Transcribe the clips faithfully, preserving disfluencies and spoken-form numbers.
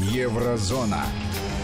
Еврозона.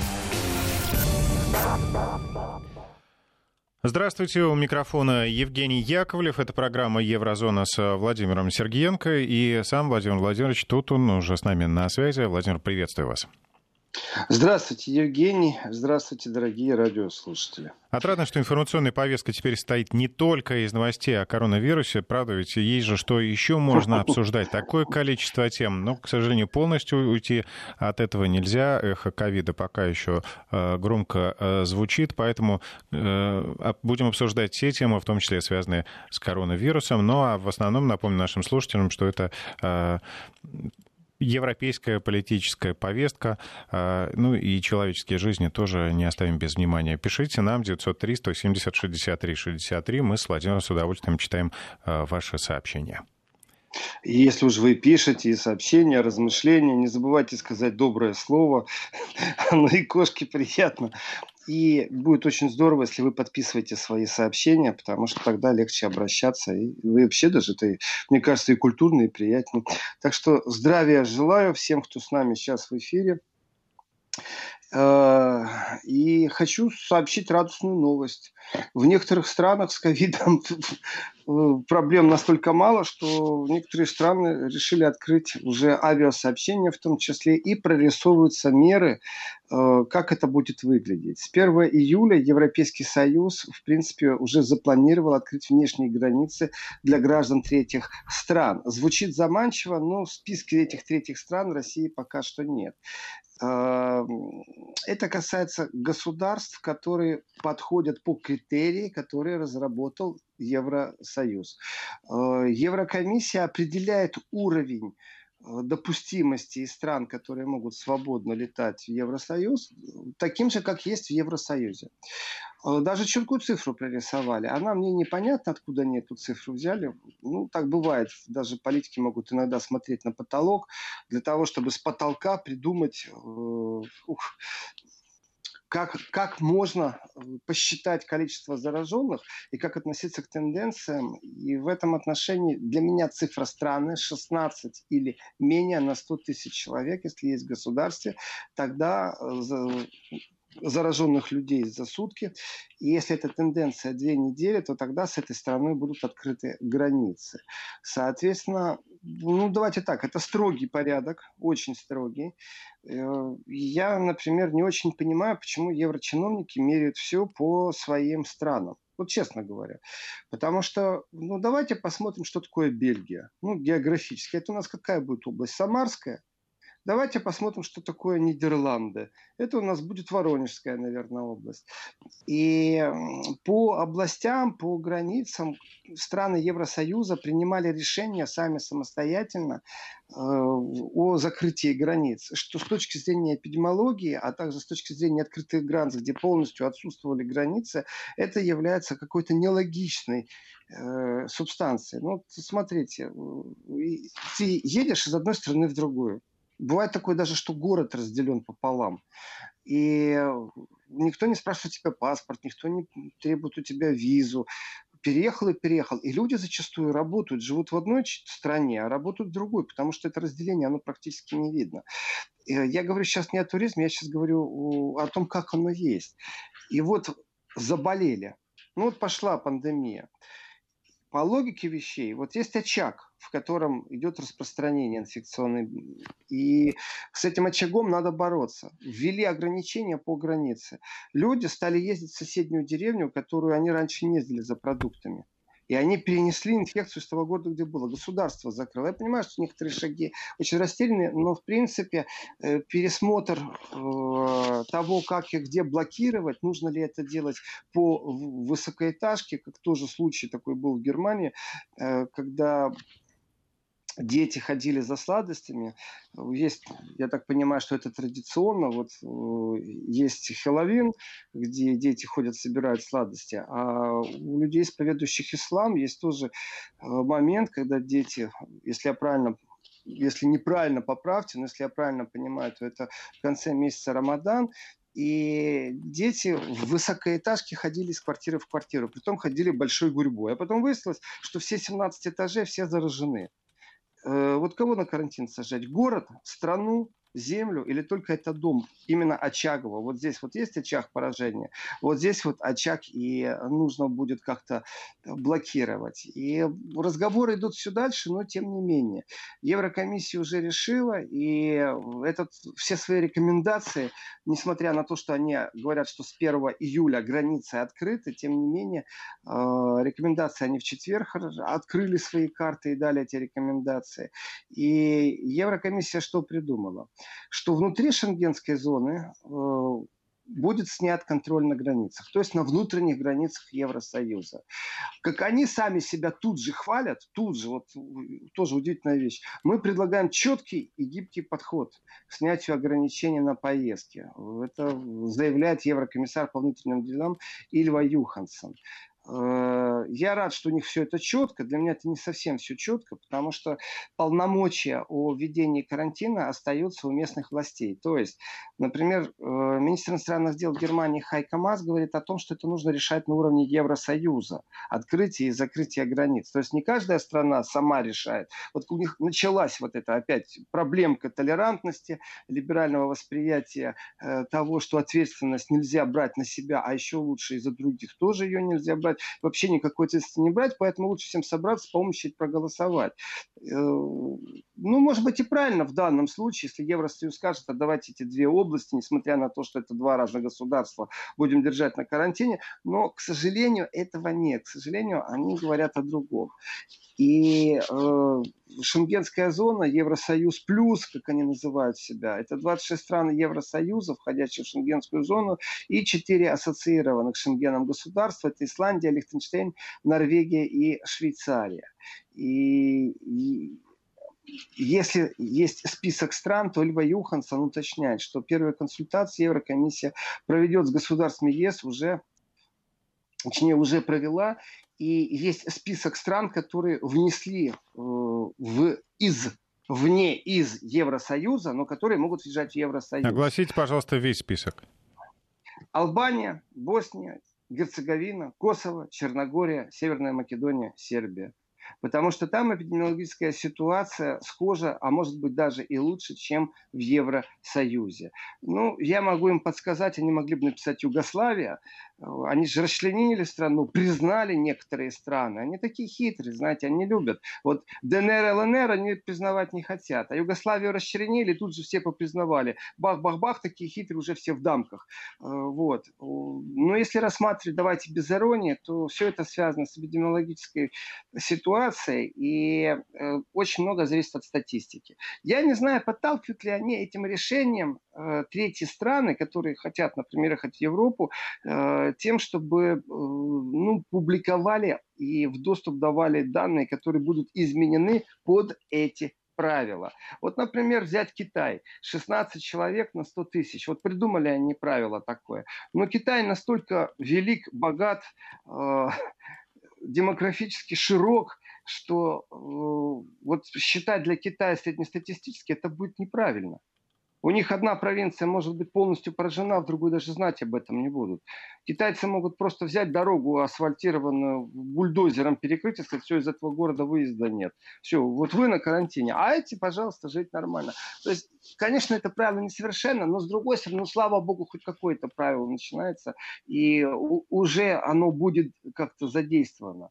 Здравствуйте, у микрофона Евгений Яковлев. Это программа «Еврозона» с Владимиром Сергиенко. И сам Владимир Владимирович тут, он уже с нами на связи. Владимир, приветствую вас. Здравствуйте, Евгений. Здравствуйте, дорогие радиослушатели. Отрадно, что информационная повестка теперь состоит не только из новостей о коронавирусе. Правда, ведь есть же что еще можно обсуждать. Такое количество тем. Но, к сожалению, полностью уйти от этого нельзя. Эхо ковида пока еще громко звучит. Поэтому будем обсуждать все темы, в том числе связанные с коронавирусом. Ну а в основном напомню нашим слушателям, что это европейская политическая повестка, ну и человеческие жизни тоже не оставим без внимания. Пишите нам девятьсот три сто семьдесят шестьдесят три шестьдесят три. Мы с Владимиром с удовольствием читаем ваши сообщения. Если уж вы пишете сообщения, размышления, не забывайте сказать доброе слово. Оно и кошке приятно. И будет очень здорово, если вы подписываете свои сообщения, потому что тогда легче обращаться. И вы вообще даже, это, мне кажется, и культурно, и приятнее. Так что здравия желаю всем, кто с нами сейчас в эфире. И хочу сообщить радостную новость. В некоторых странах с ковидом проблем настолько мало, что некоторые страны решили открыть уже авиасообщения в том числе и прорисовываются меры, как это будет выглядеть. С первого июля Европейский Союз, в принципе, уже запланировал открыть внешние границы для граждан третьих стран. Звучит заманчиво, но в списке этих третьих стран России пока что нет. Это касается государств, которые подходят по критериям, которые разработал Евросоюз. Еврокомиссия определяет уровень допустимости из стран, которые могут свободно летать в Евросоюз, таким же, как есть в Евросоюзе. Даже четкую цифру прорисовали. Она мне непонятна, откуда они эту цифру взяли. Ну, так бывает. Даже политики могут иногда смотреть на потолок для того, чтобы с потолка придумать, э, ух, как, как можно посчитать количество зараженных и как относиться к тенденциям. И в этом отношении для меня цифра странная. шестнадцать или менее на сто тысяч человек, если есть в государстве, тогда зараженных людей за сутки. И если эта тенденция две недели, то тогда с этой страной будут открыты границы. Соответственно, ну давайте так, это строгий порядок, очень строгий. Я, например, не очень понимаю, почему еврочиновники меряют все по своим странам. Вот честно говоря. Потому что, ну давайте посмотрим, что такое Бельгия. Ну, географически. Это у нас какая будет область? Самарская? Давайте посмотрим, что такое Нидерланды. Это у нас будет Воронежская, наверное, область. И по областям, по границам страны Евросоюза принимали решения сами самостоятельно э, о закрытии границ. Что с точки зрения эпидемиологии, а также с точки зрения открытых границ, где полностью отсутствовали границы, это является какой-то нелогичной э, субстанцией. Ну, смотрите, ты едешь из одной страны в другую. Бывает такое даже, что город разделен пополам. И никто не спрашивает у тебя паспорт, никто не требует у тебя визу. Переехал и переехал. И люди зачастую работают, живут в одной стране, а работают в другой, потому что это разделение, оно практически не видно. Я говорю сейчас не о туризме, я сейчас говорю о том, как оно есть. И вот заболели. Ну вот пошла пандемия. По логике вещей, вот есть очаг, в котором идет распространение инфекционной, и с этим очагом надо бороться. Ввели ограничения по границе. Люди стали ездить в соседнюю деревню, в которую они раньше не ездили за продуктами. И они перенесли инфекцию с того города, где было. Государство закрыло. Я понимаю, что некоторые шаги очень растерянные, но, в принципе, пересмотр того, как и где блокировать, нужно ли это делать по высокоэтажке, как тоже случай такой был в Германии, когда дети ходили за сладостями. Есть, я так понимаю, что это традиционно. Вот есть Хэллоуин, где дети ходят, собирают сладости. А у людей, исповедующих ислам, есть тоже момент, когда дети, если я правильно если неправильно, поправьте, но если я правильно понимаю, то это в конце месяца Рамадан, и дети в высокоэтажке ходили из квартиры в квартиру, притом ходили большой гурьбой. А потом выяснилось, что все семнадцать этажей все заражены. Вот кого на карантин сажать? Город, страну? землю или только это дом, именно очагово. Вот здесь вот есть очаг поражения, вот здесь вот очаг и нужно будет как-то блокировать. И разговоры идут все дальше, но тем не менее. Еврокомиссия уже решила, и этот, все свои рекомендации, несмотря на то, что они говорят, что с первого июля границы открыты, тем не менее, э, рекомендации они в четверг открыли свои карты и дали эти рекомендации. И Еврокомиссия что придумала? Что внутри шенгенской зоны э, будет снят контроль на границах, то есть на внутренних границах Евросоюза. Как они сами себя тут же хвалят, тут же, вот тоже удивительная вещь, мы предлагаем четкий и гибкий подход к снятию ограничений на поездки. Это заявляет еврокомиссар по внутренним делам Ильва Юхансон. Я рад, что у них все это четко. Для меня это не совсем все четко, потому что полномочия о введении карантина остаются у местных властей. То есть, например, министр иностранных дел Германии Хайко Маас говорит о том, что это нужно решать на уровне Евросоюза. Открытие и закрытие границ. То есть не каждая страна сама решает. Вот у них началась вот эта опять проблемка толерантности, либерального восприятия э, того, что ответственность нельзя брать на себя, а еще лучше из-за других тоже ее нельзя брать. Вообще никакой ответственности не брать, поэтому лучше всем собраться, помощь проголосовать. Ну, может быть и правильно в данном случае, если Евросоюз скажет, а давайте эти две области, несмотря на то, что это два разных государства, будем держать на карантине, но, к сожалению, этого нет. К сожалению, они говорят о другом. И э, шенгенская зона, Евросоюз плюс, как они называют себя, это двадцать шесть стран Евросоюза, входящих в шенгенскую зону, и четыре ассоциированных с Шенгеном государства. Это Исландия, Лихтенштейн, Норвегия и Швейцария. И, и если есть список стран, то Ильва Юхансон уточняет, что первые консультации Еврокомиссия проведет с государствами ЕС уже, точнее, уже провела. И есть список стран, которые внесли э, в, из, вне из Евросоюза, но которые могут въезжать в Евросоюз. Огласите, пожалуйста, весь список. Албания, Босния, Герцеговина, Косово, Черногория, Северная Македония, Сербия. Потому что там эпидемиологическая ситуация схожа, а может быть даже и лучше, чем в Евросоюзе. Ну, я могу им подсказать, они могли бы написать Югославия. Они же расчленили страну, признали некоторые страны. Они такие хитрые, знаете, они любят. Вот ДНР, ЛНР они признавать не хотят. А Югославию расчленили, тут же все попризнавали. Бах-бах-бах, такие хитрые уже все в дамках. Вот. Но если рассматривать, давайте без иронии, то все это связано с эпидемиологической ситуацией. И э, очень много зависит от статистики. Я не знаю, подталкивают ли они этим решением э, третьи страны, которые хотят, например, ехать в Европу, э, тем, чтобы э, ну, публиковали и в доступ давали данные, которые будут изменены под эти правила. Вот, например, взять Китай. шестнадцать человек на сто тысяч. Вот придумали они правило такое. Но Китай настолько велик, богат, э, демографически широк, что э, вот считать для Китая среднестатистически это будет неправильно. У них одна провинция может быть полностью поражена, в другой даже знать об этом не будут. Китайцы могут просто взять дорогу асфальтированную, бульдозером перекрыть и сказать, все, из этого города выезда нет. Все, вот вы на карантине, а эти, пожалуйста, жить нормально. То есть, конечно, это правило несовершенно, но с другой стороны, ну, слава богу, хоть какое-то правило начинается, и уже оно будет как-то задействовано.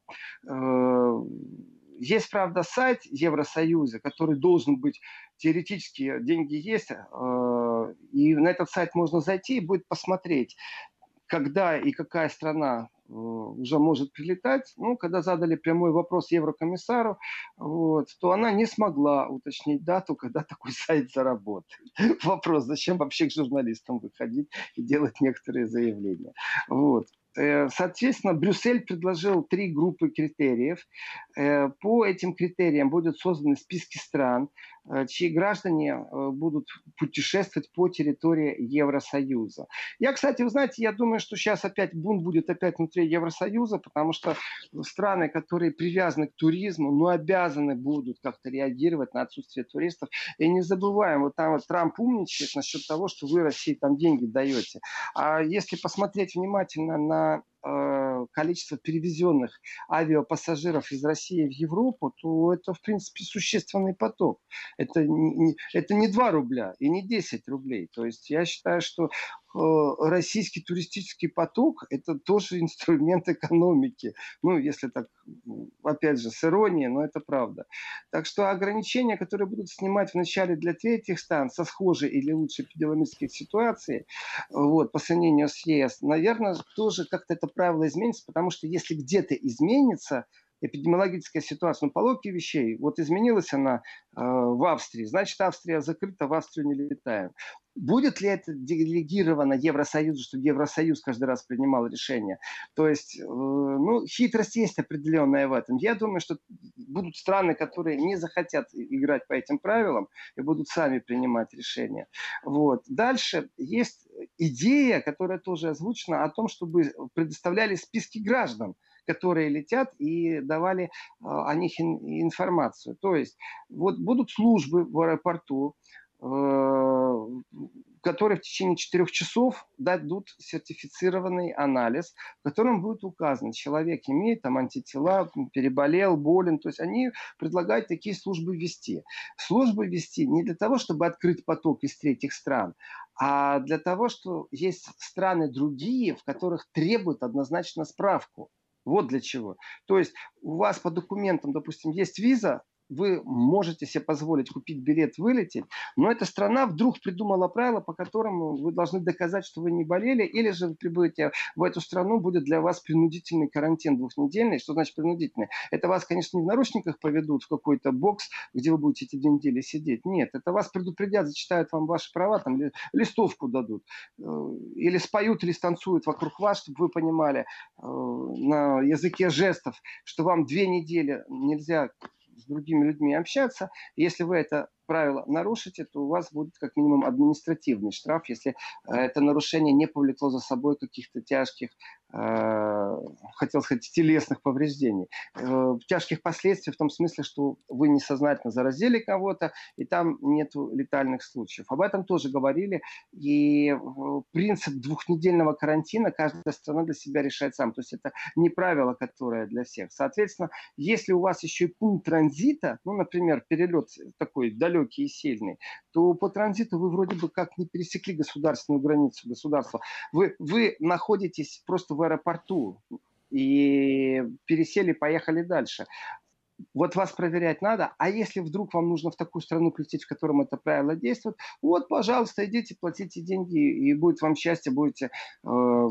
Есть, правда, сайт Евросоюза, который должен быть, теоретически деньги есть, и на этот сайт можно зайти и будет посмотреть, когда и какая страна уже может прилетать. Ну, когда задали прямой вопрос еврокомиссару, вот, то она не смогла уточнить дату, когда такой сайт заработает. Вопрос, зачем вообще к журналистам выходить и делать некоторые заявления. Вот. Соответственно, Брюссель предложил три группы критериев. По этим критериям будут созданы списки стран, чьи граждане будут путешествовать по территории Евросоюза. Я, кстати, вы знаете, я думаю, что сейчас опять бунт будет опять внутри Евросоюза, потому что страны, которые привязаны к туризму, ну, обязаны будут как-то реагировать на отсутствие туристов. И не забываем, вот там вот Трамп умничает насчет того, что вы России там деньги даете. А если посмотреть внимательно на э, количество перевезенных авиапассажиров из России в Европу, то это, в принципе, существенный поток. Это не, не- это не два рубля и не десять рублей. То есть я считаю, что э, российский туристический поток – это тоже инструмент экономики. Ну, если так, м, опять же, с иронией, но это правда. Так что ограничения, которые будут снимать вначале для третьих стран со схожей или лучше эпидемиологической ситуацией, вот, по сравнению с ЕС, наверное, тоже как-то это правило изменится, потому что если где-то изменится эпидемиологическая ситуация, ну, по логике вещей, вот изменилась она э, в Австрии, значит, Австрия закрыта, в Австрию не летаем. Будет ли это делегировано Евросоюзу, чтобы Евросоюз каждый раз принимал решение? То есть, э, ну, хитрость есть определенная в этом. Я думаю, что будут страны, которые не захотят играть по этим правилам и будут сами принимать решения. Вот. Дальше есть идея, которая тоже озвучена, о том, чтобы предоставляли списки граждан, которые летят, и давали э, о них ин- информацию. То есть вот будут службы в аэропорту, э, которые в течение четырех часов дадут сертифицированный анализ, в котором будет указано, человек имеет там антитела, переболел, болен. То есть они предлагают такие службы ввести. Службы ввести не для того, чтобы открыть поток из третьих стран, а для того, что есть страны другие, в которых требуют однозначно справку. Вот для чего. То есть у вас по документам, допустим, есть виза, вы можете себе позволить купить билет, вылететь, но эта страна вдруг придумала правила, по которым вы должны доказать, что вы не болели, или же вы прибудете в эту страну, будет для вас принудительный карантин двухнедельный. Что значит принудительный? Это вас, конечно, не в наручниках поведут в какой-то бокс, где вы будете эти две недели сидеть. Нет, это вас предупредят, зачитают вам ваши права, там листовку дадут. Или споют, или станцуют вокруг вас, чтобы вы понимали на языке жестов, что вам две недели нельзя с другими людьми общаться. Если вы это правило нарушите, то у вас будет как минимум административный штраф, если э, это нарушение не повлекло за собой каких-то тяжких, э, хотел сказать, телесных повреждений. Э, тяжких последствий в том смысле, что вы несознательно заразили кого-то, и там нет летальных случаев. Об этом тоже говорили. И э, принцип двухнедельного карантина каждая страна для себя решает сам. То есть это не правило, которое для всех. Соответственно, если у вас еще и пункт транзита, ну, например, перелет такой далекий и сильный, то по транзиту вы вроде бы как не пересекли государственную границу государства. Вы, вы находитесь просто в аэропорту и пересели, поехали дальше. Вот вас проверять надо, а если вдруг вам нужно в такую страну прилететь, в котором это правило действует, вот, пожалуйста, идите, платите деньги, и будет вам счастье, будете э,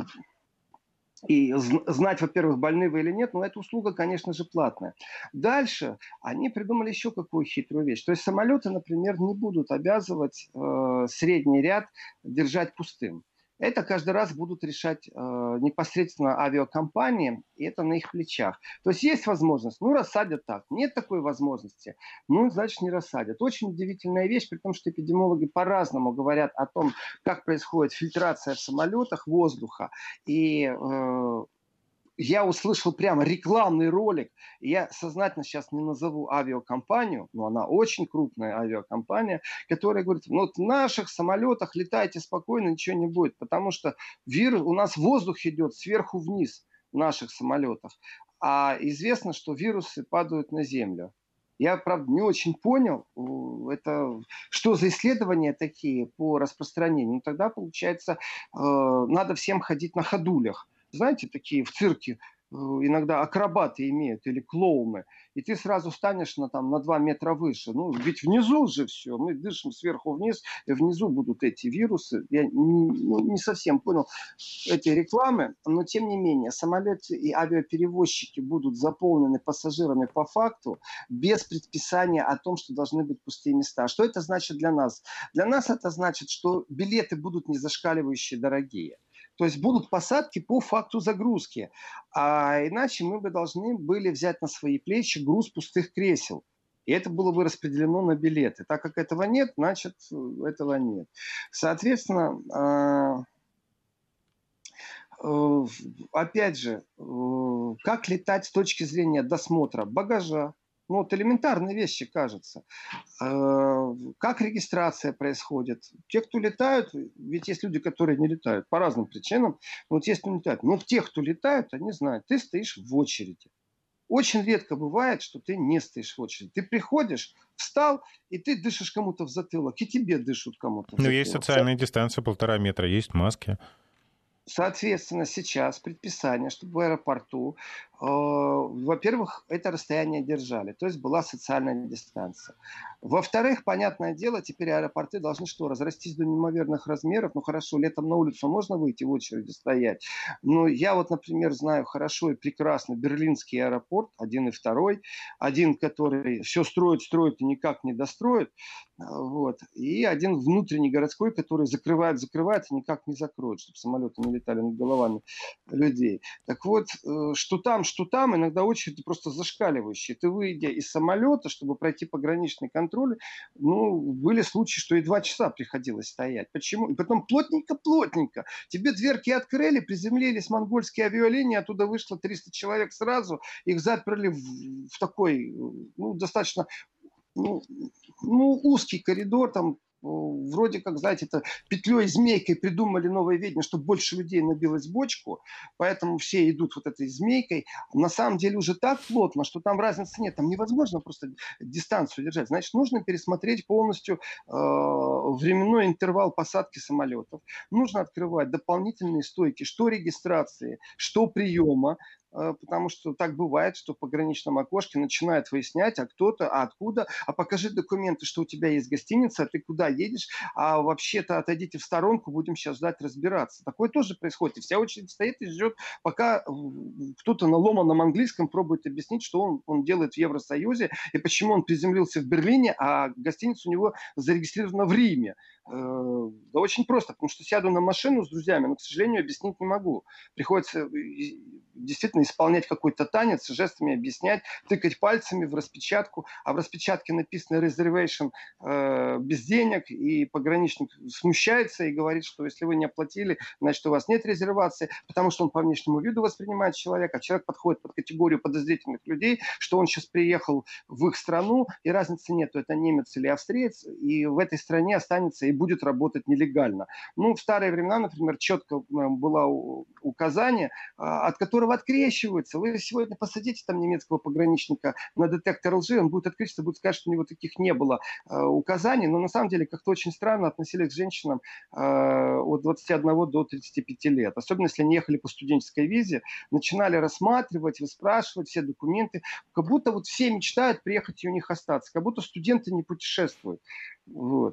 и знать, во-первых, больны вы или нет, но эта услуга, конечно же, платная. Дальше они придумали еще какую хитрую вещь. То есть самолеты, например, не будут обязывать э, средний ряд держать пустым. Это каждый раз будут решать э, непосредственно авиакомпании, и это на их плечах. То есть есть возможность, ну, рассадят так. Нет такой возможности, ну, значит, не рассадят. Очень удивительная вещь, при том, что эпидемиологи по-разному говорят о том, как происходит фильтрация в самолетах воздуха. И э, я услышал прямо рекламный ролик. Я сознательно сейчас не назову авиакомпанию, но она очень крупная авиакомпания, которая говорит, ну вот в наших самолетах летайте спокойно, ничего не будет, потому что вирус, у нас воздух идет сверху вниз в наших самолетах. А известно, что вирусы падают на землю. Я, правда, не очень понял, это, что за исследования такие по распространению. Ну, тогда, получается, э, надо всем ходить на ходулях. Знаете, такие в цирке э, иногда акробаты имеют или клоуны, и ты сразу станешь на, там, на два метра выше. Ну, ведь внизу же все, мы дышим сверху вниз, и внизу будут эти вирусы. Я не, ну, не совсем понял этой рекламы, но тем не менее, самолеты и авиаперевозчики будут заполнены пассажирами по факту, без предписания о том, что должны быть пустые места. Что это значит для нас? Для нас это значит, что билеты будут не зашкаливающие дорогие. То есть будут посадки по факту загрузки. А иначе мы бы должны были взять на свои плечи груз пустых кресел. И это было бы распределено на билеты. Так как этого нет, значит, этого нет. Соответственно, опять же, как летать с точки зрения досмотра багажа? Ну, вот элементарные вещи, кажется. как регистрация происходит? Те, кто летают, ведь есть люди, которые не летают по разным причинам. Вот есть, кто не летает. Но те, кто летают, они знают, ты стоишь в очереди. Очень редко бывает, что ты не стоишь в очереди. Ты приходишь, встал, и ты дышишь кому-то в затылок, и тебе дышат кому-то в Ну, затылок. есть социальная дистанция полтора метра, есть маски. Соответственно, сейчас предписание, чтобы в аэропорту, э, во-первых, это расстояние держали, то есть была социальная дистанция. Во-вторых, понятное дело, теперь аэропорты должны что, разрастись до неимоверных размеров. Ну хорошо, летом на улицу можно выйти в очереди стоять. Но я вот, например, знаю хорошо и прекрасно Берлинский аэропорт, один и второй. Один, который все строит, строит и никак не достроит. Вот. И один внутренний городской, который закрывает, закрывает и никак не закроет, чтобы самолеты не летали над головами людей. Так вот, что там, что там, иногда очереди просто зашкаливающие. Ты, выйдя из самолета, чтобы пройти пограничный контроль, ну, были случаи, что и два часа приходилось стоять. Почему? И потом плотненько-плотненько. Тебе дверки открыли, приземлились монгольские авиалинии, оттуда вышло триста человек сразу, их заперли в, в такой, ну, достаточно ну, ну, узкий коридор, там вроде как, знаете, это петлей, змейкой придумали новое видение, чтобы больше людей набилось в бочку, поэтому все идут вот этой змейкой. На самом деле уже так плотно, что там разницы нет, там невозможно просто дистанцию держать. Значит, нужно пересмотреть полностью э, временной интервал посадки самолетов. Нужно открывать дополнительные стойки, что регистрации, что приема, потому что так бывает, что в пограничном окошке начинают выяснять, а кто-то, а откуда, а покажи документы, что у тебя есть гостиница, а ты куда едешь, а вообще-то отойдите в сторонку, будем сейчас ждать разбираться. Такое тоже происходит. И вся очередь стоит и ждет, пока кто-то на ломаном английском пробует объяснить, что он, он делает в Евросоюзе и почему он приземлился в Берлине, а гостиница у него зарегистрирована в Риме. Да очень просто, потому что сяду на машину с друзьями, но, к сожалению, объяснить не могу. Приходится действительно исполнять какой-то танец, жестами объяснять, тыкать пальцами в распечатку, а в распечатке написано reservation э, без денег, и пограничник смущается и говорит, что если вы не оплатили, значит, у вас нет резервации, потому что он по внешнему виду воспринимает человека, а человек подходит под категорию подозрительных людей, что он сейчас приехал в их страну, и разницы нету, это немец или австриец, и в этой стране останется и будет работать нелегально. Ну, в старые времена, например, четко было указание, от которого открещиваются. Вы сегодня посадите там немецкого пограничника на детектор лжи, он будет открещиваться, будет сказать, что у него таких не было э, указаний, но на самом деле как-то очень странно относились к женщинам э, от двадцати одного до тридцати пяти лет. Особенно, если они ехали по студенческой визе, начинали рассматривать, выспрашивать все документы, как будто вот все мечтают приехать и у них остаться, как будто студенты не путешествуют. Вот.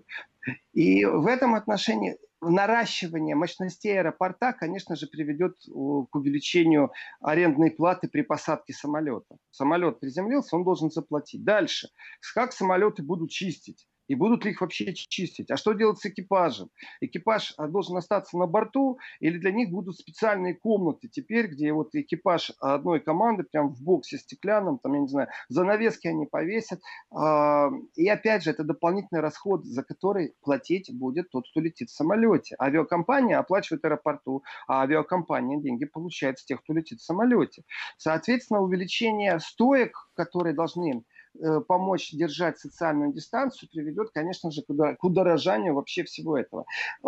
И в этом отношении наращивание мощностей аэропорта, конечно же, приведет к увеличению арендной платы при посадке самолета. Самолет приземлился, он должен заплатить. Дальше. Как самолеты будут чистить? И будут ли их вообще чистить? А что делать с экипажем? Экипаж должен остаться на борту, или для них будут специальные комнаты теперь, где вот экипаж одной команды прям в боксе стеклянном, там, я не знаю, занавески они повесят. И опять же, это дополнительный расход, за который платить будет тот, кто летит в самолете. Авиакомпания оплачивает аэропорту, а авиакомпания деньги получает с тех, кто летит в самолете. Соответственно, увеличение стоек, которые должны помочь держать социальную дистанцию, приведет, конечно же, к удорожанию вообще всего этого.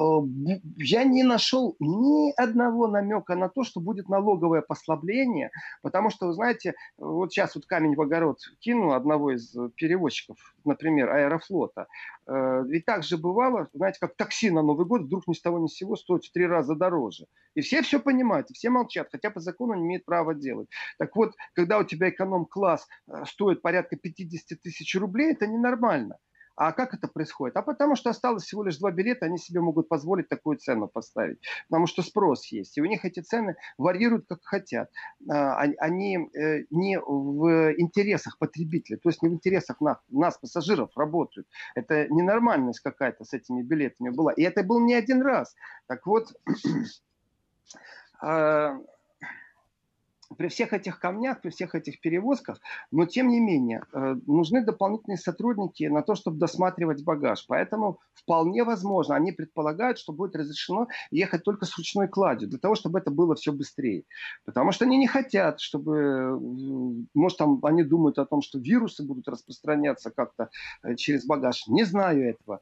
Я не нашел ни одного намека на то, что будет налоговое послабление, потому что, вы знаете, вот сейчас вот камень в огород кину одного из перевозчиков, например, Аэрофлота. Ведь так же бывало, знаете, как такси на Новый год вдруг ни с того ни с сего стоит в три раза дороже. И все все понимают, и все молчат, хотя по закону не имеют права делать. Так вот, когда у тебя эконом-класс стоит порядка пятьдесят тысяч рублей, это ненормально. А как это происходит? А потому что осталось всего лишь два билета, они себе могут позволить такую цену поставить. Потому что спрос есть. И у них эти цены варьируют как хотят. Они не в интересах потребителя, то есть не в интересах нас, нас пассажиров, работают. Это ненормальность какая-то с этими билетами была. И это был не один раз. Так вот... при всех этих камнях, при всех этих перевозках, но тем не менее э, нужны дополнительные сотрудники на то, чтобы досматривать багаж. Поэтому вполне возможно, они предполагают, что будет разрешено ехать только с ручной кладью, для того, чтобы это было все быстрее. Потому что они не хотят, чтобы, э, может, там они думают о том, что вирусы будут распространяться как-то э, через багаж. Не знаю этого.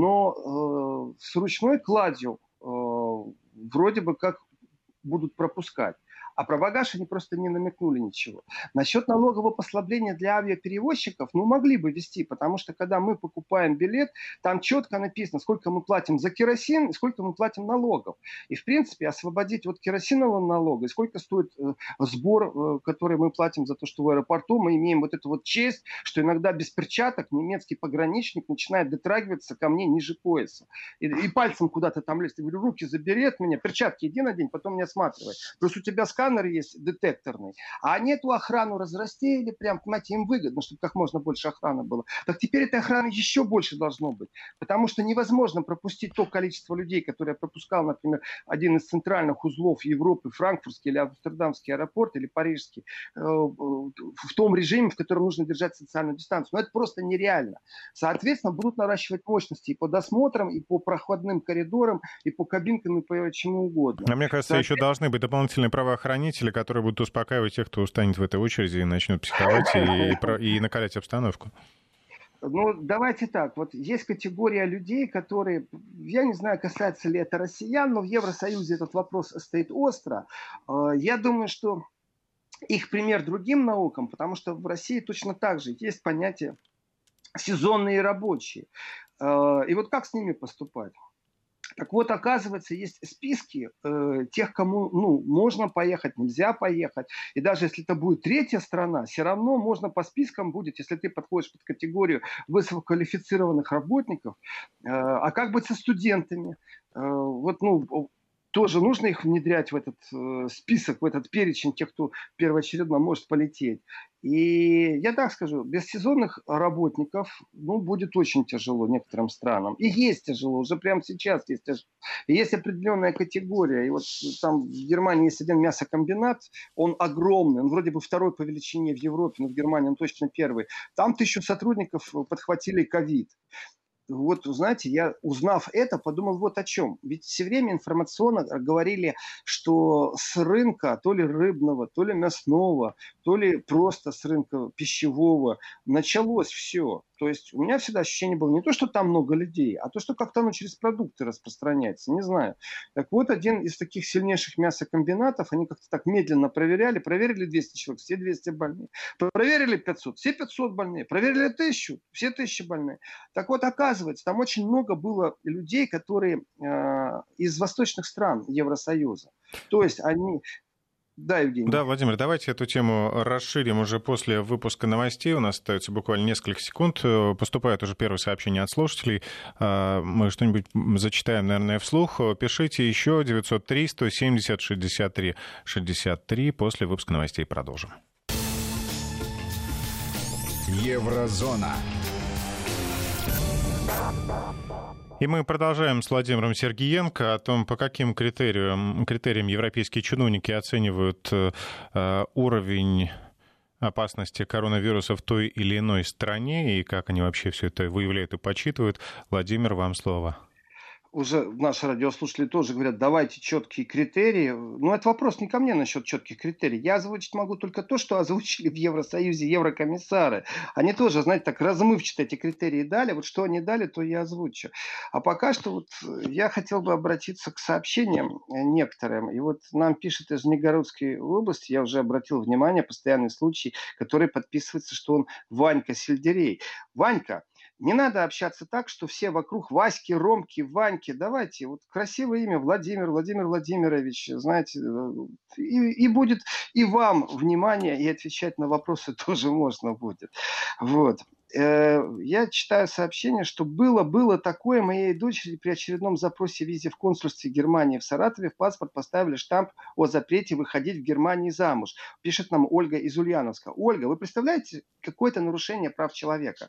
Но э, с ручной кладью э, вроде бы как будут пропускать. А про багаж они просто не намекнули ничего. Насчет налогового послабления для авиаперевозчиков, ну, могли бы ввести, потому что, когда мы покупаем билет, там четко написано, сколько мы платим за керосин и сколько мы платим налогов. И, в принципе, освободить от керосинового налога, и сколько стоит э, сбор, э, который мы платим за то, что в аэропорту мы имеем вот эту вот честь, что иногда без перчаток немецкий пограничник начинает дотрагиваться ко мне ниже пояса. И, и пальцем куда-то там лезть. Я говорю, руки забери от меня, перчатки иди надень, потом не осматривай. Плюс у тебя сканер есть детекторный, а они эту охрану разрастили, прям, понимаете, им выгодно, чтобы как можно больше охраны было. Так теперь этой охраны еще больше должно быть, потому что невозможно пропустить то количество людей, которое пропускал, например, один из центральных узлов Европы, франкфуртский или амстердамский аэропорт, или парижский, в том режиме, в котором нужно держать социальную дистанцию. Но это просто нереально. Соответственно, будут наращивать мощности и по досмотрам, и по проходным коридорам, и по кабинкам, и по чему угодно. А мне кажется, еще должны быть дополнительные правоохранители, которые будут успокаивать тех, кто устанет в этой очереди и начнет психовать и, и накалять обстановку. Ну, давайте так. Вот есть категория людей, которые, я не знаю, касается ли это россиян, но в Евросоюзе этот вопрос стоит остро. Я думаю, что их пример другим наукам, потому что в России точно так же есть понятие сезонные рабочие. И вот как с ними поступать? Так вот, оказывается, есть списки э, тех, кому ну, можно поехать, нельзя поехать. И даже если это будет третья страна, все равно можно по спискам будет, если ты подходишь под категорию высококвалифицированных работников. Э, а как быть со студентами? Э, вот, ну, тоже нужно их внедрять в этот э, список, в этот перечень тех, кто первоочередно может полететь. И я так скажу, без сезонных работников ну, будет очень тяжело некоторым странам. И есть тяжело, уже прямо сейчас есть тяжело. И есть определенная категория. И вот там в Германии есть один мясокомбинат, он огромный, он вроде бы второй по величине в Европе, но в Германии он точно первый. Там тысячу сотрудников подхватили ковид. Вот, знаете, я, узнав это, подумал вот о чем. Ведь все время информационно говорили, что с рынка, то ли рыбного, то ли мясного, то ли просто с рынка пищевого, началось все. То есть у меня всегда ощущение было не то, что там много людей, а то, что как-то оно через продукты распространяется. Не знаю. Так вот, один из таких сильнейших мясокомбинатов, они как-то так медленно проверяли. Проверили двести человек, все двести больные. Проверили пятьсот, все пятьсот больные. Проверили тысячу, все тысячи больные. Так вот, оказывается, там очень много было людей, которые э, из восточных стран Евросоюза. То есть они... Да, Евгений. Да, Владимир, давайте эту тему расширим уже после выпуска новостей. У нас остается буквально несколько секунд. Поступают уже первые сообщения от слушателей. Мы что-нибудь зачитаем, наверное, вслух. Пишите еще девятьсот три сто семьдесят шестьдесят три шестьдесят три. После выпуска новостей продолжим. Еврозона. И мы продолжаем с Владимиром Сергиенко о том, по каким критериям, критериям европейские чиновники оценивают э, уровень опасности коронавируса в той или иной стране и как они вообще все это выявляют и подсчитывают. Владимир, вам слово. Уже наши радиослушатели тоже говорят, давайте четкие критерии. Но это вопрос не ко мне насчет четких критерий. Я озвучить могу только то, что озвучили в Евросоюзе еврокомиссары. Они тоже, знаете, так размывчато эти критерии дали. Вот что они дали, то я озвучу. А пока что вот я хотел бы обратиться к сообщениям некоторым. И вот нам пишет из Нижегородской области, я уже обратил внимание, постоянный случай, который подписывается, что он Ванька Сельдерей. Ванька, не надо общаться так, что все вокруг Васьки, Ромки, Ваньки. Давайте, вот красивое имя Владимир, Владимир Владимирович, знаете, и, и будет и вам внимание, и отвечать на вопросы тоже можно будет. Вот. Я читаю сообщение, что было, было такое моей дочери при очередном запросе визе в консульстве Германии в Саратове в паспорт поставили штамп о запрете выходить в Германии замуж. Пишет нам Ольга из Ульяновска. Ольга, вы представляете какое-то нарушение прав человека?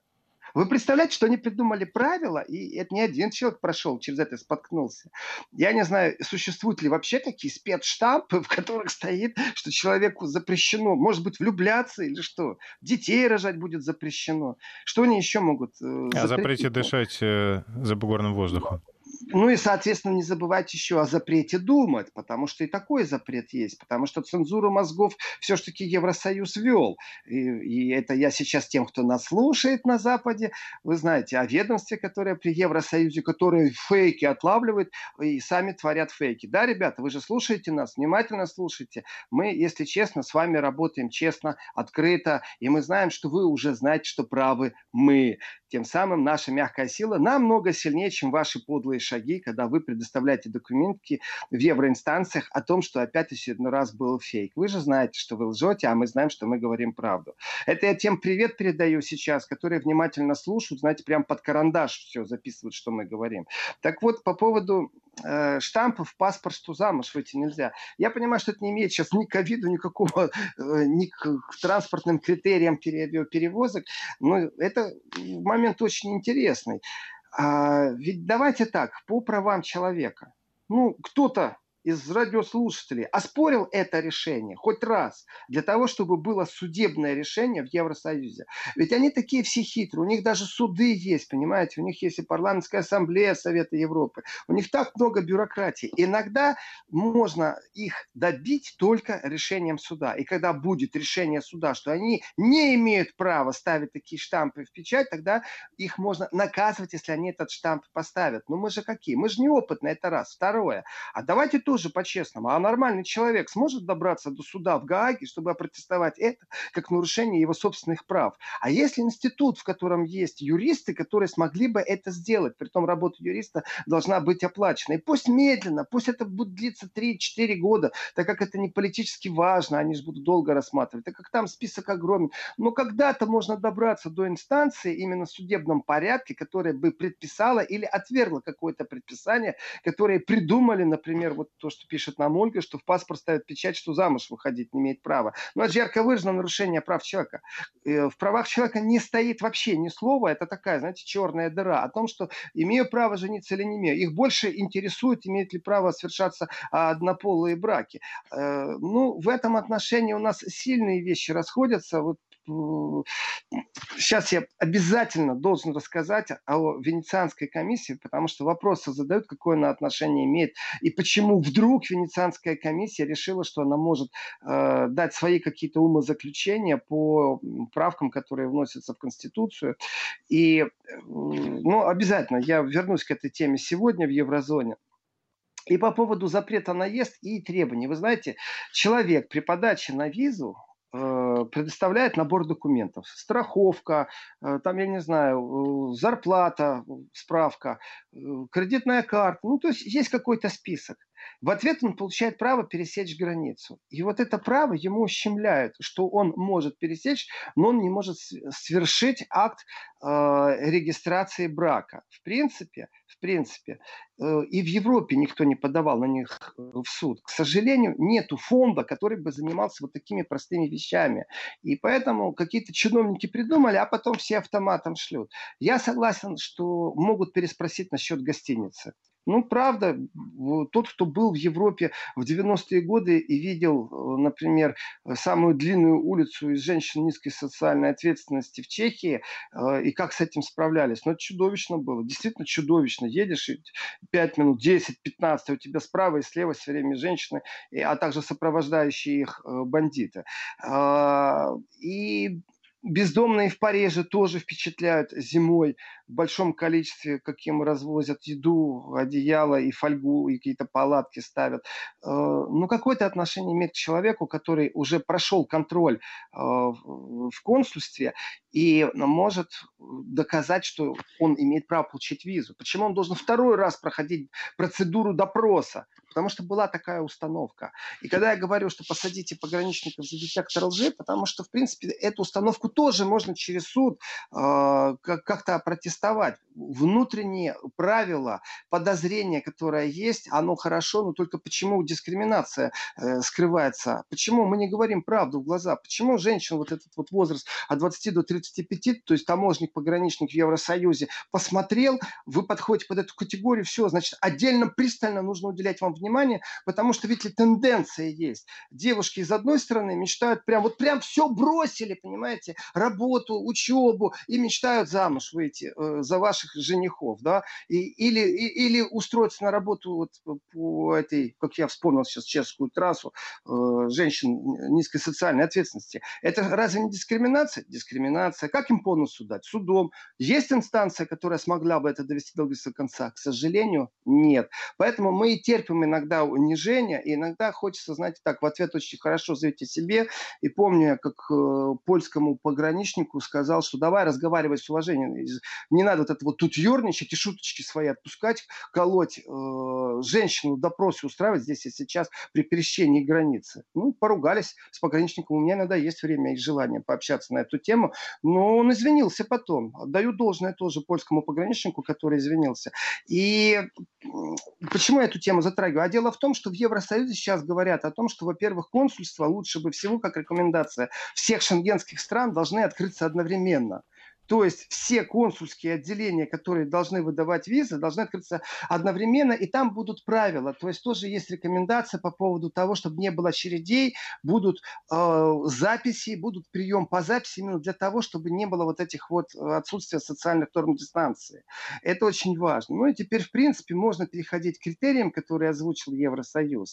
Вы представляете, что они придумали правила, и это не один человек прошел, через это споткнулся. Я не знаю, существуют ли вообще такие спецштампы, в которых стоит, что человеку запрещено, может быть, влюбляться или что, детей рожать будет запрещено. Что они еще могут э, О запрете запретить? дышать э, забугорным воздухом. Ну и, соответственно, не забывайте еще о запрете думать, потому что и такой запрет есть, потому что цензуру мозгов все-таки Евросоюз ввел. И, и это я сейчас тем, кто нас слушает на Западе, вы знаете, о ведомстве, которое при Евросоюзе, которое фейки отлавливает и сами творят фейки. Да, ребята, вы же слушаете нас, внимательно слушайте. Мы, если честно, с вами работаем честно, открыто, и мы знаем, что вы уже знаете, что правы мы. Тем самым наша мягкая сила намного сильнее, чем ваши подлые шаги, когда вы предоставляете документы в евроинстанциях о том, что опять очередной раз был фейк. Вы же знаете, что вы лжете, а мы знаем, что мы говорим правду. Это я тем привет передаю сейчас, которые внимательно слушают, знаете, прям под карандаш все записывают, что мы говорим. Так вот, по поводу э, штампов, паспорт, что замуж выйти нельзя. Я понимаю, что это не имеет сейчас ни к ковиду, никакого, э, ни к, к транспортным критериям перевозок, но это момент очень интересный. А, ведь давайте так, по правам человека. Ну, кто-то из радиослушателей оспорил это решение хоть раз для того, чтобы было судебное решение в Евросоюзе. Ведь они такие все хитрые, у них даже суды есть, понимаете, у них есть и парламентская ассамблея Совета Европы, у них так много бюрократии. Иногда можно их добить только решением суда. И когда будет решение суда, что они не имеют права ставить такие штампы в печать, тогда их можно наказывать, если они этот штамп поставят. Но мы же какие? Мы же неопытные, это раз. Второе. А давайте тоже по-честному. А нормальный человек сможет добраться до суда в Гааге, чтобы опротестовать это как нарушение его собственных прав? А если институт, в котором есть юристы, которые смогли бы это сделать, притом работа юриста должна быть оплачена. И пусть медленно, пусть это будет длиться три-четыре года, так как это не политически важно, они же будут долго рассматривать, так как там список огромен. Но когда-то можно добраться до инстанции именно в судебном порядке, которая бы предписала или отвергла какое-то предписание, которое придумали, например, вот то, что пишет нам Ольга, что в паспорт ставят печать, что замуж выходить не имеет права. Но это же ярко выраженное нарушение прав человека. В правах человека не стоит вообще ни слова, это такая, знаете, черная дыра о том, что имею право жениться или не имею. Их больше интересует, имеет ли право совершаться однополые браки. Ну, в этом отношении у нас сильные вещи расходятся. Вот сейчас я обязательно должен рассказать о Венецианской комиссии, потому что вопросы задают, какое она отношение имеет, и почему вдруг Венецианская комиссия решила, что она может э, дать свои какие-то умозаключения по правкам, которые вносятся в Конституцию. И, э, ну, обязательно я вернусь к этой теме сегодня в Еврозоне. И по поводу запрета на въезд и требований. Вы знаете, человек при подаче на визу предоставляет набор документов. Страховка, там, я не знаю, зарплата, справка, кредитная карта. Ну, то есть есть какой-то список. В ответ он получает право пересечь границу. И вот это право ему ущемляют, что он может пересечь, но он не может совершить акт э, регистрации брака. В принципе, в принципе, э, и в Европе никто не подавал на них в суд. К сожалению, нету фонда, который бы занимался вот такими простыми вещами. И поэтому какие-то чиновники придумали, а потом все автоматом шлют. Я согласен, что могут переспросить насчет гостиницы. Ну, правда, тот, кто был в Европе в девяностые годы и видел, например, самую длинную улицу из женщин низкой социальной ответственности в Чехии, и как с этим справлялись, ну, это чудовищно было, действительно чудовищно. Едешь, и пять минут, десять, пятнадцать, а у тебя справа и слева все время женщины, а также сопровождающие их бандиты. И бездомные в Париже тоже впечатляют зимой в большом количестве, каким развозят еду, одеяло и фольгу, и какие-то палатки ставят. Ну, какое-то отношение имеет к человеку, который уже прошел контроль в консульстве и может доказать, что он имеет право получить визу. Почему он должен второй раз проходить процедуру допроса? Потому что была такая установка. И когда я говорю, что посадите пограничников за детектор лжи, потому что, в принципе, эту установку тоже можно через суд э, как- как-то опротестовать. протестовать. Внутренние правила, подозрение, которое есть, оно хорошо, но только почему дискриминация э, скрывается? Почему мы не говорим правду в глаза? Почему женщин вот этот вот возраст от двадцати до тридцати пяти, то есть таможенник, пограничник в Евросоюзе, посмотрел, вы подходите под эту категорию, все, значит, отдельно пристально нужно уделять вам внимание, потому что, видите, тенденция есть. Девушки из одной стороны мечтают прям, вот прям все бросили, понимаете, работу, учебу, и мечтают замуж выйти э, за ваших женихов, да, и, или, и, или устроиться на работу вот по этой, как я вспомнил сейчас чешскую трассу, э, женщин низкой социальной ответственности. Это разве не дискриминация? Дискриминация. Как им бонусу дать? Судом. Есть инстанция, которая смогла бы это довести до конца? К сожалению, нет. Поэтому мы и терпим иногда унижение, и иногда хочется, знаете, так, в ответ очень хорошо заявить о себе. И помню, я как э, польскому пограничнику сказал, что давай разговаривать с уважением. Не надо вот это вот тут ерничать и шуточки свои отпускать, колоть э, женщину, допросы устраивать здесь и сейчас при пересечении границы. Ну, поругались с пограничником. У меня иногда есть время и желание пообщаться на эту тему. Но он извинился потом. Отдаю должное тоже польскому пограничнику, который извинился. И почему я эту тему затрагиваю? А дело в том, что в Евросоюзе сейчас говорят о том, что, во-первых, консульства лучше бы всего, как рекомендация, всех шенгенских стран должны открыться одновременно. То есть все консульские отделения, которые должны выдавать визы, должны открыться одновременно, и там будут правила. То есть тоже есть рекомендация по поводу того, чтобы не было очередей, будут э, записи, будут прием по записи, именно для того, чтобы не было вот этих вот отсутствия социальных норм дистанции. Это очень важно. Ну и теперь, в принципе, можно переходить к критериям, которые озвучил Евросоюз.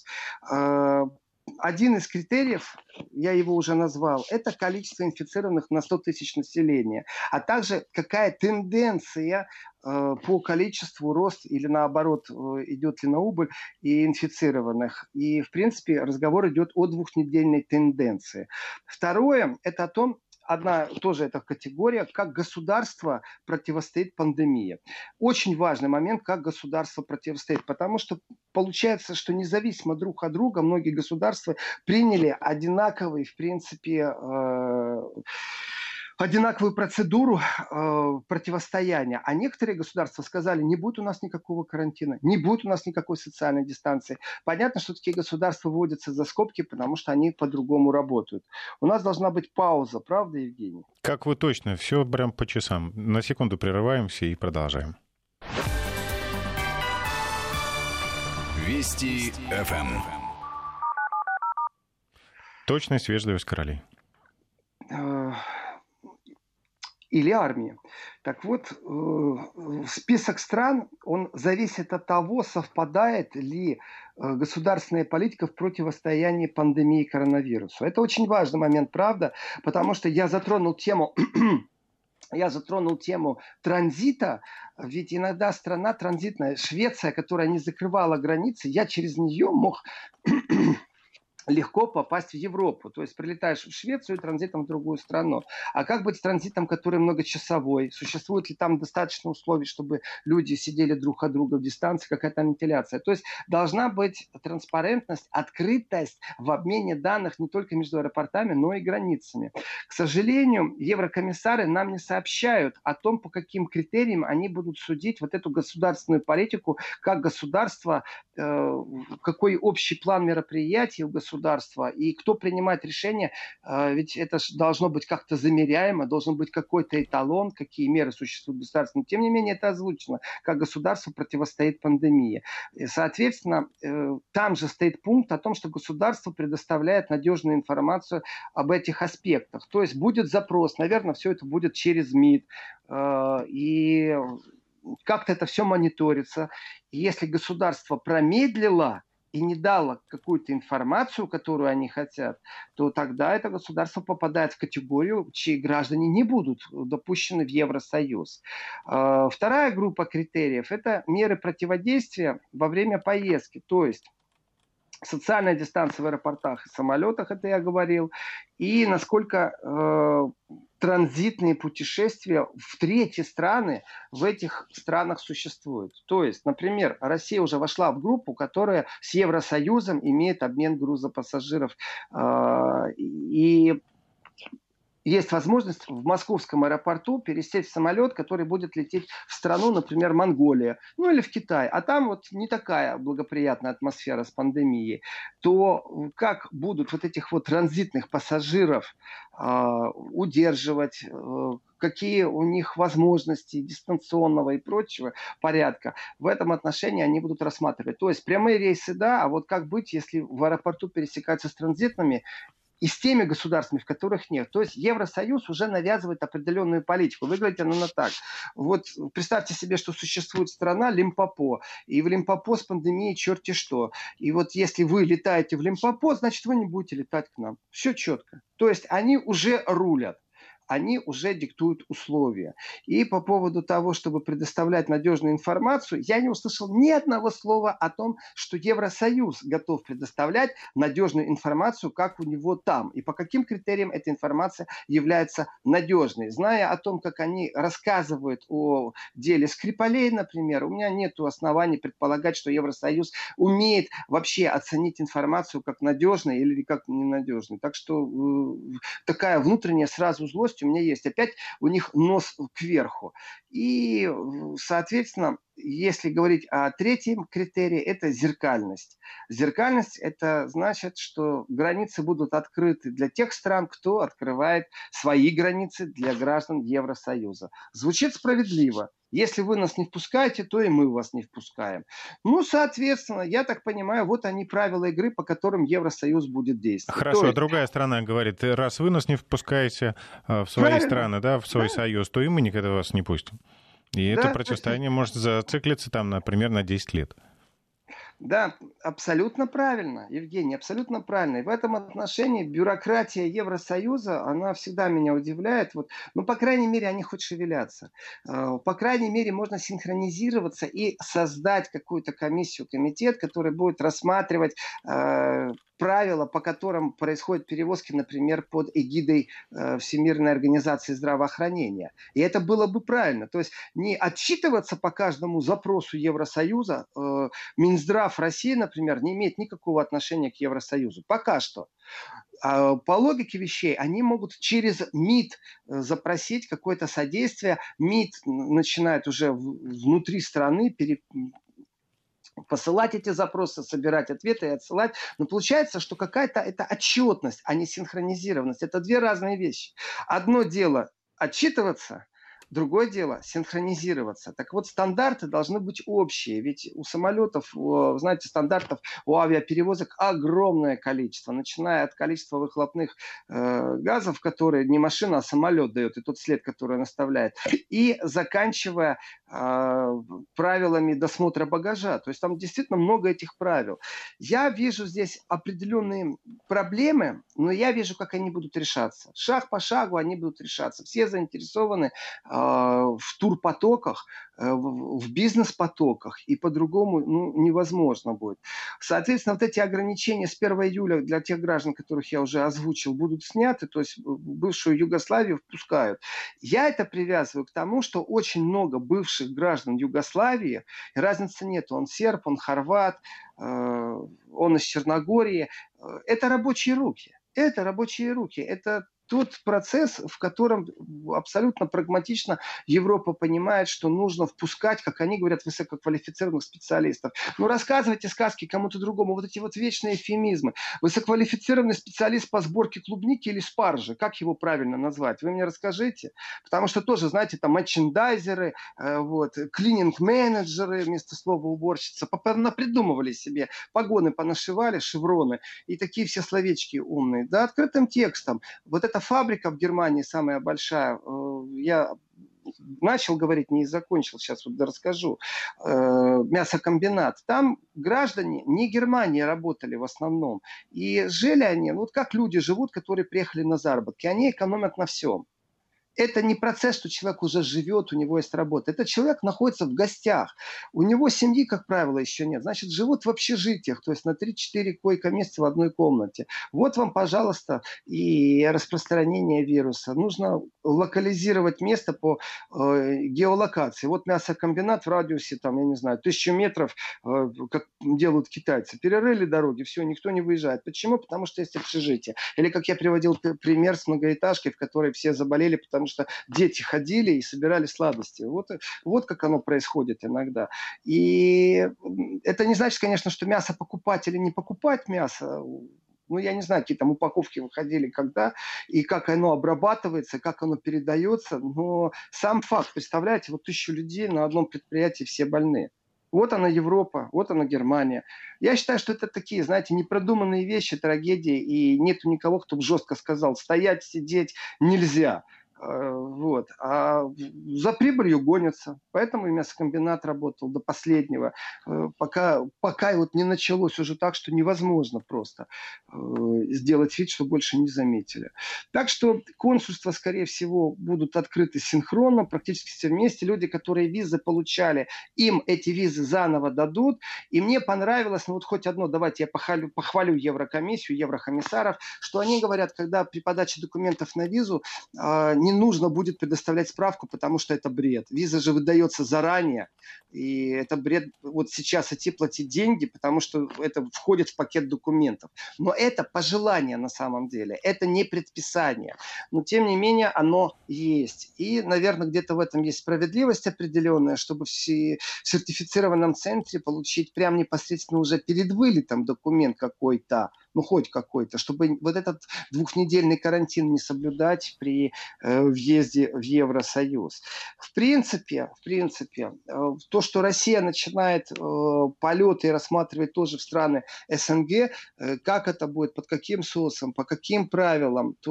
Э, Один из критериев, я его уже назвал, это количество инфицированных на сто тысяч населения, а также какая тенденция э, по количеству рост или наоборот э, идет ли на убыль и инфицированных. И в принципе разговор идет о двухнедельной тенденции. Второе, это о том, одна тоже эта категория, как государство противостоит пандемии. Очень важный момент, как государство противостоит, потому что получается, что независимо друг от друга многие государства приняли одинаковый, в принципе, э, одинаковую процедуру э, противостояния. А некоторые государства сказали, не будет у нас никакого карантина, не будет у нас никакой социальной дистанции. Понятно, что такие государства выводятся за скобки, потому что они по-другому работают. У нас должна быть пауза, правда, Евгений? Как вы точно, все прям по часам. На секунду прерываемся и продолжаем. Вести эф эм. Точность, вежливость королей. Или армии. Так вот, список стран, он зависит от того, совпадает ли государственная политика в противостоянии пандемии коронавируса. Это очень важный момент, правда, потому что я затронул тему... Я затронул тему транзита, ведь иногда страна транзитная, Швеция, которая не закрывала границы, я через нее мог легко попасть в Европу. То есть прилетаешь в Швецию транзитом в другую страну. А как быть с транзитом, который многочасовой? Существует ли там достаточно условий, чтобы люди сидели друг от друга в дистанции, какая-то вентиляция? То есть должна быть транспарентность, открытость в обмене данных не только между аэропортами, но и границами. К сожалению, еврокомиссары нам не сообщают о том, по каким критериям они будут судить вот эту государственную политику, как государство, э, какой общий план мероприятий у государства, государства, и кто принимает решение, ведь это должно быть как-то замеряемо, должен быть какой-то эталон, какие меры существуют государственно. Тем не менее, это озвучено, как государство противостоит пандемии. И, соответственно, там же стоит пункт о том, что государство предоставляет надежную информацию об этих аспектах. То есть будет запрос, наверное, все это будет через МИД, и как-то это все мониторится. И если государство промедлило и не дало какую-то информацию, которую они хотят, то тогда это государство попадает в категорию, чьи граждане не будут допущены в Евросоюз. Вторая группа критериев – это меры противодействия во время поездки. То есть социальная дистанция в аэропортах и самолетах, это я говорил, и насколько э, транзитные путешествия в третьи страны в этих странах существуют. То есть, например, Россия уже вошла в группу, которая с Евросоюзом имеет обмен грузопассажиров. Э, и есть возможность в московском аэропорту пересесть в самолет, который будет лететь в страну, например, Монголия, ну или в Китай, а там вот не такая благоприятная атмосфера с пандемией, то как будут вот этих вот транзитных пассажиров э, удерживать, э, какие у них возможности дистанционного и прочего порядка, в этом отношении они будут рассматривать. То есть прямые рейсы, да, а вот как быть, если в аэропорту пересекаются с транзитными, и с теми государствами, в которых нет. То есть Евросоюз уже навязывает определенную политику. Выглядит она так. Вот представьте себе, что существует страна Лимпопо, и в Лимпопо с пандемией черти что. И вот если вы летаете в Лимпопо, значит вы не будете летать к нам. Все четко. То есть они уже рулят. Они уже диктуют условия. И по поводу того, чтобы предоставлять надежную информацию, я не услышал ни одного слова о том, что Евросоюз готов предоставлять надежную информацию, как у него там, и по каким критериям эта информация является надежной. Зная о том, как они рассказывают о деле Скрипалей, например, у меня нет оснований предполагать, что Евросоюз умеет вообще оценить информацию как надежной или как ненадежной. Так что э, такая внутренняя сразу злость у меня есть. Опять у них нос кверху. И, соответственно, если говорить о третьем критерии, это зеркальность. Зеркальность – это значит, что границы будут открыты для тех стран, кто открывает свои границы для граждан Евросоюза. Звучит справедливо. Если вы нас не впускаете, то и мы вас не впускаем. Ну, соответственно, я так понимаю, вот они правила игры, по которым Евросоюз будет действовать. Хорошо, есть... другая страна говорит, раз вы нас не впускаете в свои Правильно. страны, да, в свой да. союз, то и мы никогда вас не пустим. И да, это противостояние может зациклиться там, например, на десять лет. Да, абсолютно правильно, Евгений, абсолютно правильно. И в этом отношении бюрократия Евросоюза, она всегда меня удивляет. Вот, ну, по крайней мере, они хоть шевелятся. По крайней мере, можно синхронизироваться и создать какую-то комиссию, комитет, который будет рассматривать э, правила, по которым происходят перевозки, например, под эгидой э, Всемирной организации здравоохранения. И это было бы правильно. То есть не отчитываться по каждому запросу Евросоюза, э, Минздрав России, например, не имеет никакого отношения к Евросоюзу. Пока что. По логике вещей, они могут через МИД запросить какое-то содействие. МИД начинает уже внутри страны пере... посылать эти запросы, собирать ответы и отсылать. Но получается, что какая-то это отчетность, а не синхронизированность. Это две разные вещи. Одно дело отчитываться, другое дело синхронизироваться. Так вот, стандарты должны быть общие. Ведь у самолетов, знаете, стандартов у авиаперевозок огромное количество. Начиная от количества выхлопных э, газов, которые не машина, а самолет дает, и тот след, который он оставляет. И заканчивая э, правилами досмотра багажа. То есть там действительно много этих правил. Я вижу здесь определенные проблемы, но я вижу, как они будут решаться. Шаг по шагу они будут решаться. Все заинтересованы в турпотоках, в бизнес-потоках, и по-другому ну, невозможно будет. Соответственно, вот эти ограничения с первого июля для тех граждан, которых я уже озвучил, будут сняты, то есть бывшую Югославию впускают. Я это привязываю к тому, что очень много бывших граждан Югославии, разницы нет, он серб, он хорват, он из Черногории, это рабочие руки. Это рабочие руки, это тот процесс, в котором абсолютно прагматично Европа понимает, что нужно впускать, как они говорят, высококвалифицированных специалистов. Ну, рассказывайте сказки кому-то другому. Вот эти вот вечные эвфемизмы. Высококвалифицированный специалист по сборке клубники или спаржи. Как его правильно назвать? Вы мне расскажите. Потому что тоже, знаете, там мерчендайзеры, э, вот, клининг-менеджеры вместо слова уборщица. Придумывали себе. Погоны понашивали, шевроны. И такие все словечки умные. Да, открытым текстом. Вот это фабрика в Германии самая большая. Я начал говорить, не закончил, сейчас вот расскажу. Мясокомбинат. Там граждане не Германии работали в основном. И жили они, вот как люди живут, которые приехали на заработки. Они экономят на всем. это не процесс, что человек уже живет, у него есть работа. Этот человек находится в гостях. У него семьи, как правило, еще нет. Значит, живут в общежитиях, то есть на три-четыре койко-места в одной комнате. Вот вам, пожалуйста, и распространение вируса. Нужно локализировать место по э, геолокации. Вот мясокомбинат в радиусе, там, я не знаю, тысячу метров, э, как делают китайцы. Перерыли дороги, все, никто не выезжает. Почему? Потому что есть общежитие. Или, как я приводил пример с многоэтажкой, в которой все заболели, потому что дети ходили и собирали сладости. Вот, вот как оно происходит иногда. И это не значит, конечно, что мясо покупать или не покупать мясо. Ну, я не знаю, какие там упаковки выходили, когда, и как оно обрабатывается, как оно передается. Но сам факт, представляете, вот тысячу людей на одном предприятии все больны. Вот она Европа, вот она Германия. Я считаю, что это такие, знаете, непродуманные вещи, трагедии, и нету никого, кто бы жестко сказал, стоять, сидеть нельзя. Вот. А за прибылью гонятся. Поэтому и мясокомбинат работал до последнего. Пока, пока вот не началось уже так, что невозможно просто сделать вид, что больше не заметили. Так что консульства, скорее всего, будут открыты синхронно, практически все вместе. Люди, которые визы получали, им эти визы заново дадут. И мне понравилось, ну вот хоть одно, давайте я похвалю, похвалю Еврокомиссию, еврокомиссаров, что они говорят, когда при подаче документов на визу не нужно будет предоставлять справку, потому что это бред. Виза же выдается заранее, и это бред вот сейчас идти платить деньги, потому что это входит в пакет документов. Но это пожелание на самом деле, это не предписание. Но тем не менее оно есть. И, наверное, где-то в этом есть справедливость определенная, чтобы в сертифицированном центре получить прям непосредственно уже перед вылетом документ какой-то, ну хоть какой-то, чтобы вот этот двухнедельный карантин не соблюдать при э, въезде в Евросоюз. В принципе, в принципе, э, то, что Россия начинает э, полеты и рассматривает тоже в страны СНГ, э, как это будет, под каким соусом, по каким правилам, то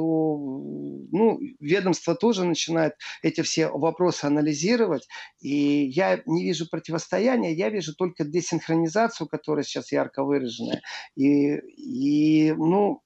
ну, ведомство тоже начинает эти все вопросы анализировать. И я не вижу противостояния, я вижу только десинхронизацию, которая сейчас ярко выраженная. И, и И, ну,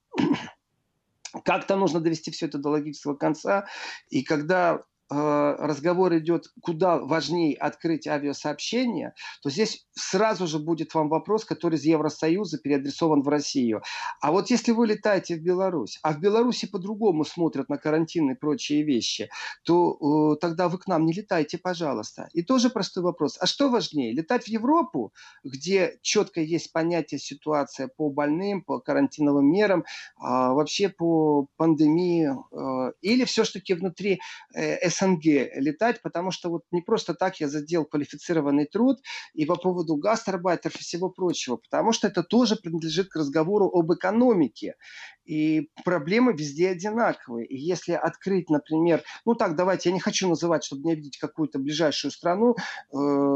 как-то нужно довести все это до логического конца. И когда э, разговор идет, куда важнее открыть авиасообщение, то здесь сразу же будет вам вопрос, который из Евросоюза переадресован в Россию. А вот если вы летаете в Беларусь, а в Беларуси по-другому смотрят на карантин и прочие вещи, то э, тогда вы к нам не летайте, пожалуйста. И тоже простой вопрос. А что важнее? Летать в Европу, где четко есть понятие ситуация по больным, по карантиновым мерам, э, вообще по пандемии, э, или все-таки внутри э, СНГ летать, потому что вот не просто так я задел квалифицированный труд и по поводу гастарбайтеров и всего прочего, потому что это тоже принадлежит к разговору об экономике. И проблемы везде одинаковые. И если открыть, например, ну так, давайте, я не хочу называть, чтобы не обидеть какую-то ближайшую страну, э,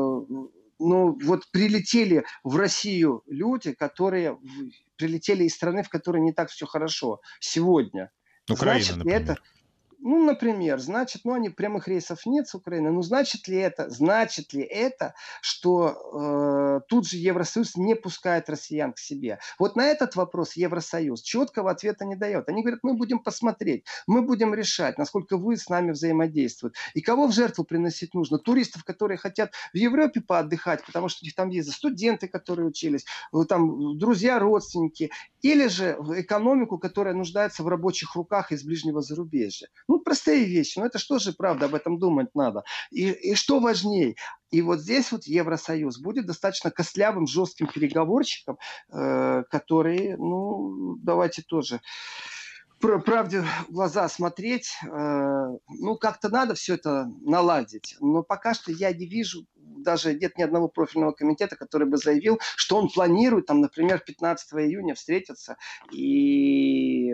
ну вот прилетели в Россию люди, которые прилетели из страны, в которой не так все хорошо сегодня. Украина, Значит ли например. это... Ну, например, значит, ну, они прямых рейсов нет с Украины. Ну, значит ли это, значит ли это, что э, тут же Евросоюз не пускает россиян к себе? Вот на этот вопрос Евросоюз четкого ответа не дает. Они говорят, мы будем посмотреть, мы будем решать, насколько вы с нами взаимодействуете. И кого в жертву приносить нужно? Туристов, которые хотят в Европе поотдыхать, потому что у них там виза, студенты, которые учились, там друзья, родственники, или же в экономику, которая нуждается в рабочих руках из ближнего зарубежья. Ну, простые вещи, но это что же правда, об этом думать надо. И, и что важнее? И вот здесь вот Евросоюз будет достаточно костлявым, жестким переговорщиком, э, который, ну, давайте тоже правде в глаза смотреть. Э, ну, как-то надо все это наладить. Но пока что я не вижу, даже нет ни одного профильного комитета, который бы заявил, что он планирует, там, например, пятнадцатого июня встретиться и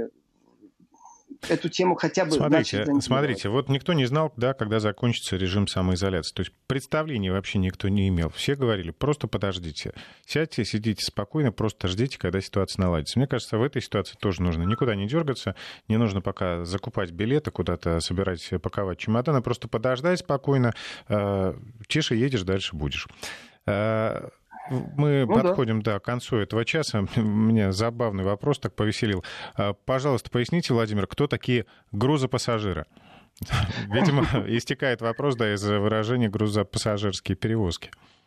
эту тему хотя бы... Смотрите, смотрите, вот никто не знал, да, когда закончится режим самоизоляции. То есть представления вообще никто не имел. Все говорили, просто подождите. Сядьте, сидите спокойно, просто ждите, когда ситуация наладится. Мне кажется, в этой ситуации тоже нужно никуда не дергаться, не нужно пока закупать билеты, куда-то собирать, паковать чемоданы, просто подождать спокойно. Тише едешь, дальше будешь. Мы ну, подходим да. Да, к концу этого часа. Меня забавный вопрос так повеселил. Пожалуйста, поясните, Владимир, кто такие грузопассажиры? Видимо, истекает вопрос, да, из-за выражения грузопассажирские перевозки.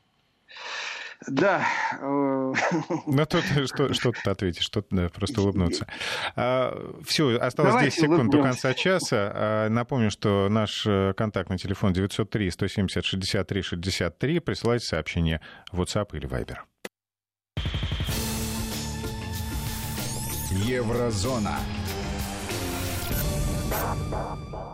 Да. Ну, тут что, что тут ответить, что да, просто улыбнуться. А, все, осталось Давайте десять секунд улыбнемся. до конца часа. А, напомню, что наш контактный телефон девятьсот три сто семьдесят шестьдесят три шестьдесят три. Присылайте сообщение в WhatsApp или Viber. Еврозона.